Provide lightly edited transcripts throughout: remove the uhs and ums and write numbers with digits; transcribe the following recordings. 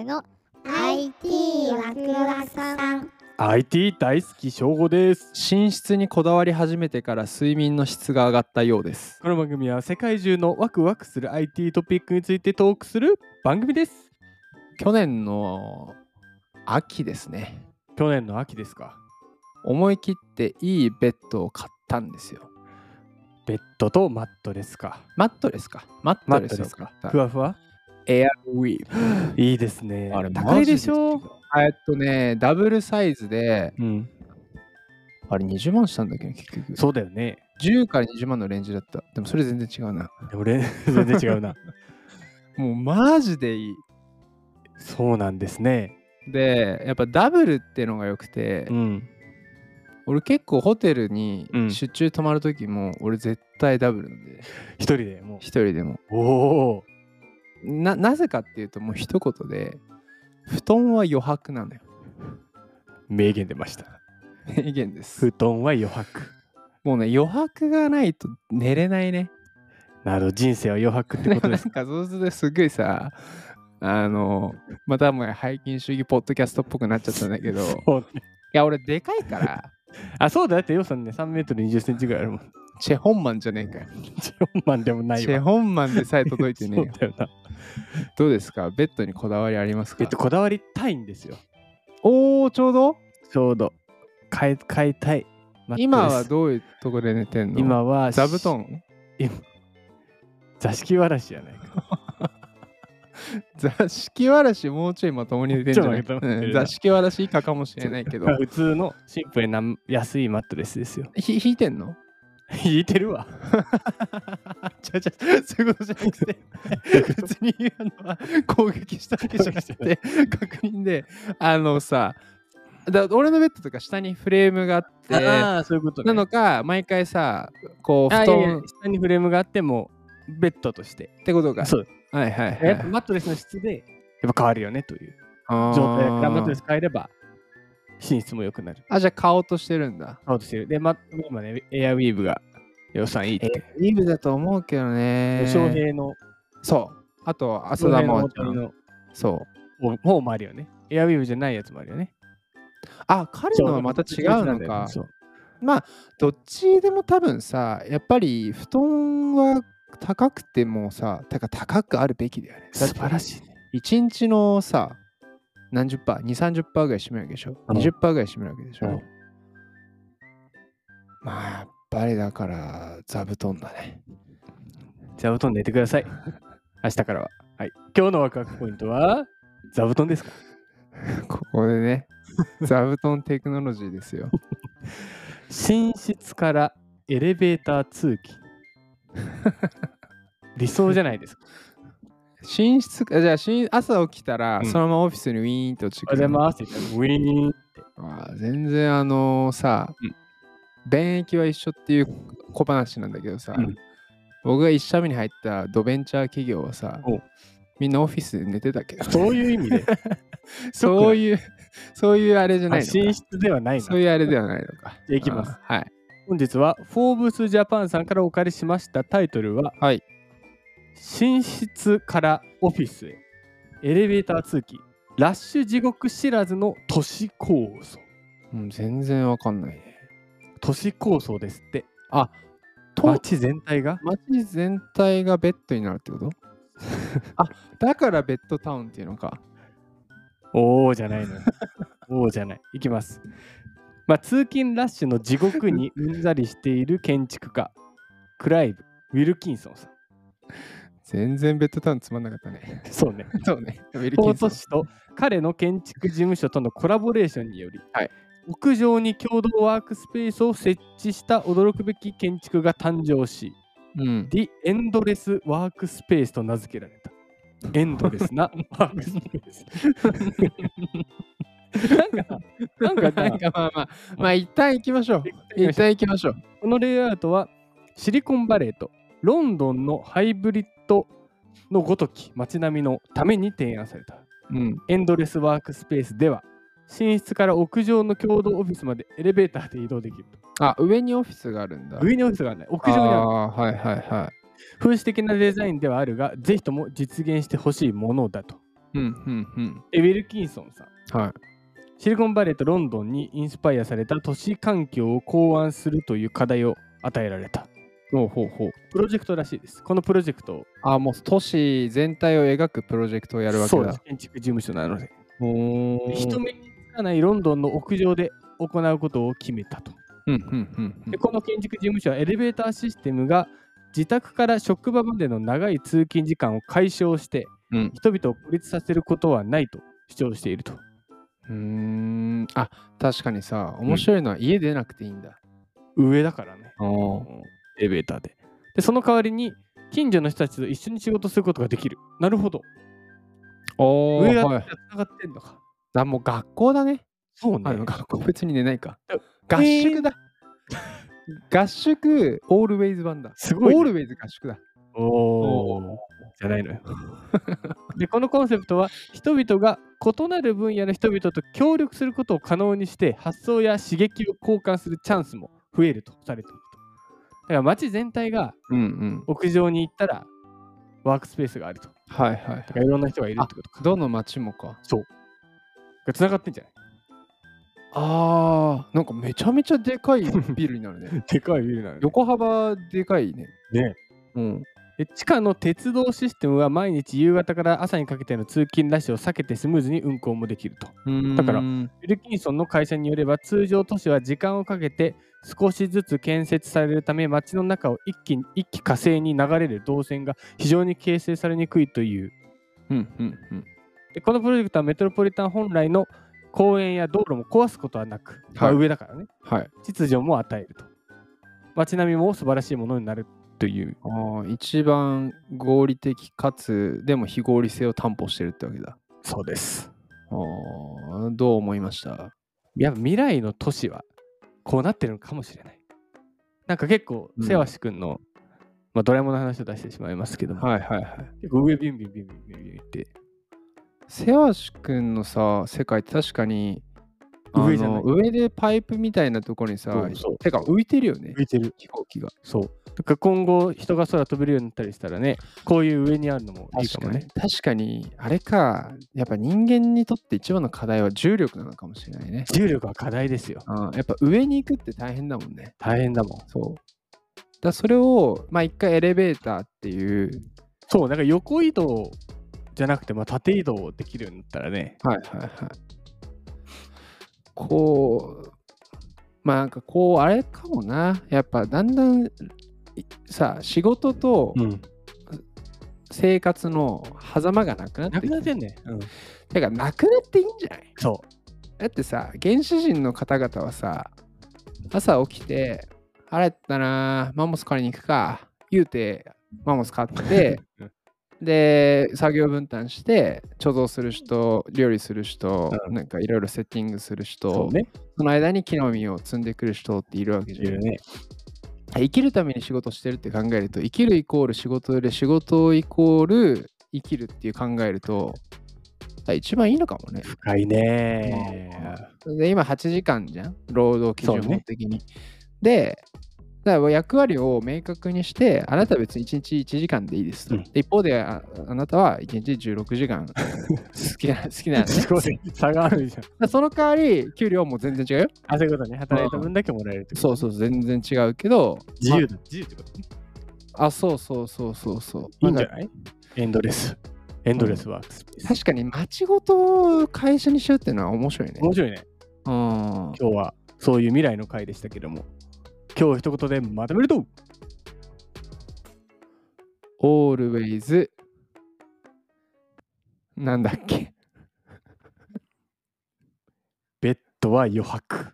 の IT ワクワクさん。 IT 大好き翔吾です。 寝室にこだわり始めてから睡眠の質が上がったようです。 この番組は世界中のワクワクする IT トピックについてトークする番組です。 去年の秋ですね。 去年の秋ですか。 思い切っていいベッドを買ったんですよ。 ベッドとマットレスか。 マットレスか。マットレスを買った。 ふわふわエアウィーブ。 いいですね。 あれ高いでしょ。 ダブルサイズで、あれ20万したんだっけ結局。 そうだよね。 10から20万のレンジだった。でもそれ全然違うな。 俺全然違うな。 もうマジでいい。 そうなんですね。 で、やっぱダブルっていうのが良くて、俺結構ホテルに出張泊まるときも、俺絶対ダブルなんで。 一人でもう。 一人でも。 おお。 なぜかっていうともう一言で、布団は余白なのよ。 名言出ました。 名言です。 布団は余白。 もうね、余白がないと寝れないね。 なるほど、人生は余白ってことですなんかそうするとすごいさ、またもう背筋主義ポッドキャストっぽくなっちゃったんだけど、いや俺でかいから。 あ、そうだ、だってヨウさんね、3メートル20センチぐらいあるもん。 チェホンマンじゃねえかよ。 チェホンマンでもないわ。 チェホンマンでさえ届いてねえよ。 そうだよな。 どうですか、ベッドにこだわりありますか？ こだわりたいんですよ。 おー、ちょうど買いたい。 今はどういうとこで寝てんの？ 今は座布団？ 座敷わらしじゃないか。 座敷わらしもうちょいまともに寝てんじゃない？座敷わらし以下かもしれないけど。 普通のシンプルな安いマットレスですよ。 引いてんの？ 引いてるわ。 そういうことじゃなくて、別に言うのは攻撃したわけじゃなくて、確認で、俺のベッドとか下にフレームがあって、 そういうことね。 なのか、毎回さ、こう、布団、 下にフレームがあっても、ベッドとして。 ってことか。 そう。 はいはいはい。 やっぱマットレスの質で、やっぱ変わるよねという状態だから、マットレス変えれば、寝室も良くなる。 あ、じゃあ買おうとしてるんだ。 買おうとしてる。で、今ね、エアウィーブが予算いいって。 ウィーブだと思うけどね。 翔平の。 そう。あと、浅田真央ちゃん。 そう。方もあるよね。エアウィーブじゃないやつもあるよね。 あ、彼のはまた違うのか。まあ、どっちでも多分さ、やっぱり布団は高くてもさ、高くあるべきだよね。 素晴らしいね。 1日のさ、何十パー、2、30%ぐらい占めるわけでしょ。20%ぐらい占めるわけでしょ。まあ、やっぱりだから、座布団だね。 座布団寝てください。明日からは。はい。今日のワクワクポイントは、座布団ですか？ ここでね、座布団テクノロジーですよ。 寝室からエレベーター通勤。理想じゃないですか。 寝室、じゃあ朝起きたら、そのままオフィスにウィーンと近く。 おはようございますって言ったら、ウィーンって。 全然便益は一緒っていう小話なんだけどさ、僕が1社目に入ったドベンチャー企業はさ、みんなオフィスで寝てたけど、 そういう意味でそういうあれじゃないのか。 寝室ではないの。 そういうあれではないのか。 じゃあいきます。 はい。 本日はフォーブスジャパンさんからお借りしましたタイトルは、 はい、 寝室からオフィスへエレベーター通勤ラッシュ地獄知らずの都市構想。 全然わかんないね。 都市構想ですって。 街全体がベッドになるってこと？だからベッドタウンっていうのか。 おーじゃないの。おーじゃない。いきます。通勤ラッシュの地獄にうんざりしている建築家、クライブ・ウィルキンソンさん。 全然ベッドタウンつまんなかったね。 そうね。 そうね。 京都市と彼の建築事務所とのコラボレーションにより、屋上に共同ワークスペースを設置した驚くべき建築が誕生し、The Endless Workspace と名付けられた。エンドレスなワークスペース。 まあ一旦行きましょう。 このレイアウトはシリコンバレーとロンドンのハイブリッドのごとき街並みのために提案された。エンドレスワークスペースでは寝室から屋上の共同オフィスまでエレベーターで移動できると。 上にオフィスがあるんだ。 上にオフィスがあるね。屋上にある。 はいはいはい。 風刺的なデザインではあるが、ぜひとも実現してほしいものだと。 うんうんうん。 ウィルキンソンさん。 はい。 シリコンバレーとロンドンにインスパイアされた都市環境を考案するという課題を与えられた。 ほうほうほう。 プロジェクトらしいです。このプロジェクトあ、もう都市全体を描くプロジェクトをやるわけだ。 そうです。建築事務所なので。 お人目につかないロンドンの屋上で行うことを決めたと。でこの建築事務所はエレベーターシステムが自宅から職場までの長い通勤時間を解消して、人々を孤立させることはないと主張していると。 あ、確かにさ、面白いのは家出なくていいんだ。 上だからね。エレベーターで。で、その代わりに近所の人たちと一緒に仕事することができる。なるほど。上がつながってんのか。 もう学校だね。 そうね。 学校別に寝ないか。合宿だ。合宿、オールウェイズ版だ。 すごい、 オールウェイズ合宿だ。 じゃないのよ。で、このコンセプトは、人々が異なる分野の人々と協力することを可能にして、発想や刺激を交換するチャンスも増えるとされていると。だから街全体が屋上に行ったら、ワークスペースがあると。 はいはい。 だからいろんな人がいるってことか。 どの街もか。 そう。が繋がってんじゃない？ なんかめちゃめちゃでかいビルになるね。 でかいビルなのね。 横幅でかいね。 ね。で地下の鉄道システムは毎日夕方から朝にかけての通勤ラッシュを避けてスムーズに運行もできると。だから、ウィルキンソンの会社によれば、通常都市は時間をかけて少しずつ建設されるため、街の中を一気火星に流れる動線が非常に形成されにくいという。でこのプロジェクトはメトロポリタン本来の公園や道路も壊すことはなく、上だからね、秩序も与えると。街並みも素晴らしいものになるという。 一番合理的かつでも非合理性を担保してるってわけだ。 そうです。 どう思いました？ やっぱ未来の都市はこうなってるのかもしれない。なんか結構、せわし君の、ドラえもんの話を出してしまいますけども、結構上ビンビンビンビンビンビンビンって。 せわしくんのさ、世界って確かに上でパイプみたいなところにさ、てか浮いてるよね。 浮いてる。 飛行機が。 そう。だから今後人が空飛べるようになったりしたらね、こういう上にあるのもいいかもね。 確かに、あれか、やっぱ人間にとって一番の課題は重力なのかもしれないね。 重力は課題ですよ。 やっぱ上に行くって大変だもんね。 大変だもん。 そう。それを、一回エレベーターっていう。 そう、なんか横移動じゃなくて、縦移動できるようになったらね。 なんかあれかもな。やっぱだんだんさ、仕事と生活の狭間がなくなってんね。 だからなくなっていいんじゃない？ そう。 だってさ、原始人の方々はさ、朝起きて、腹減ったな、マンモス借りに行くか、言うて、マンモス買って、で、作業分担して、貯蔵する人、料理する人、なんかいろいろセッティングする人、その間に木の実を積んでくる人っているわけじゃん。生きるために仕事してるって考えると、生きるイコール仕事で、仕事イコール生きるっていう考えると、一番いいのかもね。 深いね。 で、今8時間じゃん、労働基準法的に。で、だから役割を明確にして、あなたは別に1日1時間でいいですと。一方であなたは1日16時間好きなのね。 すごい差があるじゃん。その代わり、給料も全然違うよ。 そういうことね。働いた分だけもらえるってこと。そう、全然違うけど。 自由ってことね。 そう。 いいんじゃない？エンドレスワークスペース。 確かに街ごとを会社にしようっていうのは面白いね。 面白いね。今日はそういう未来の回でしたけども。今日一言でまとめると Always なんだっけベッドは余白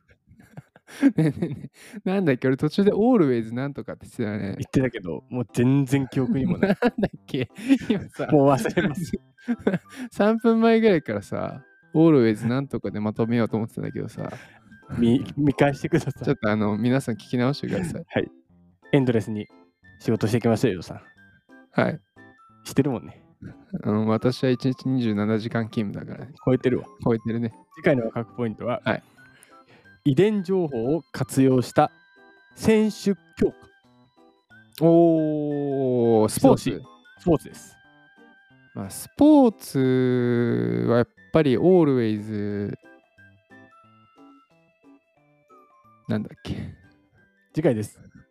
なんだっけ俺途中で Always なんとかって言ってたよね。 言ってたけどもう全然記憶にもないなんだっけ今さもう忘れます 3分前ぐらいからさ Always なんとかでまとめようと思ってたんだけどさ見返してください。 ちょっと皆さん聞き直してください。 はい。エンドレスに仕事していきましょうよ、さん。 はい。 してるもんね。 私は1日27時間勤務だからね。 超えてるわ。 超えてるね。 次回の各ポイントは、遺伝情報を活用した選手強化。 スポーツです。 まあ、スポーツはやっぱり always なんだっけ。 次回です。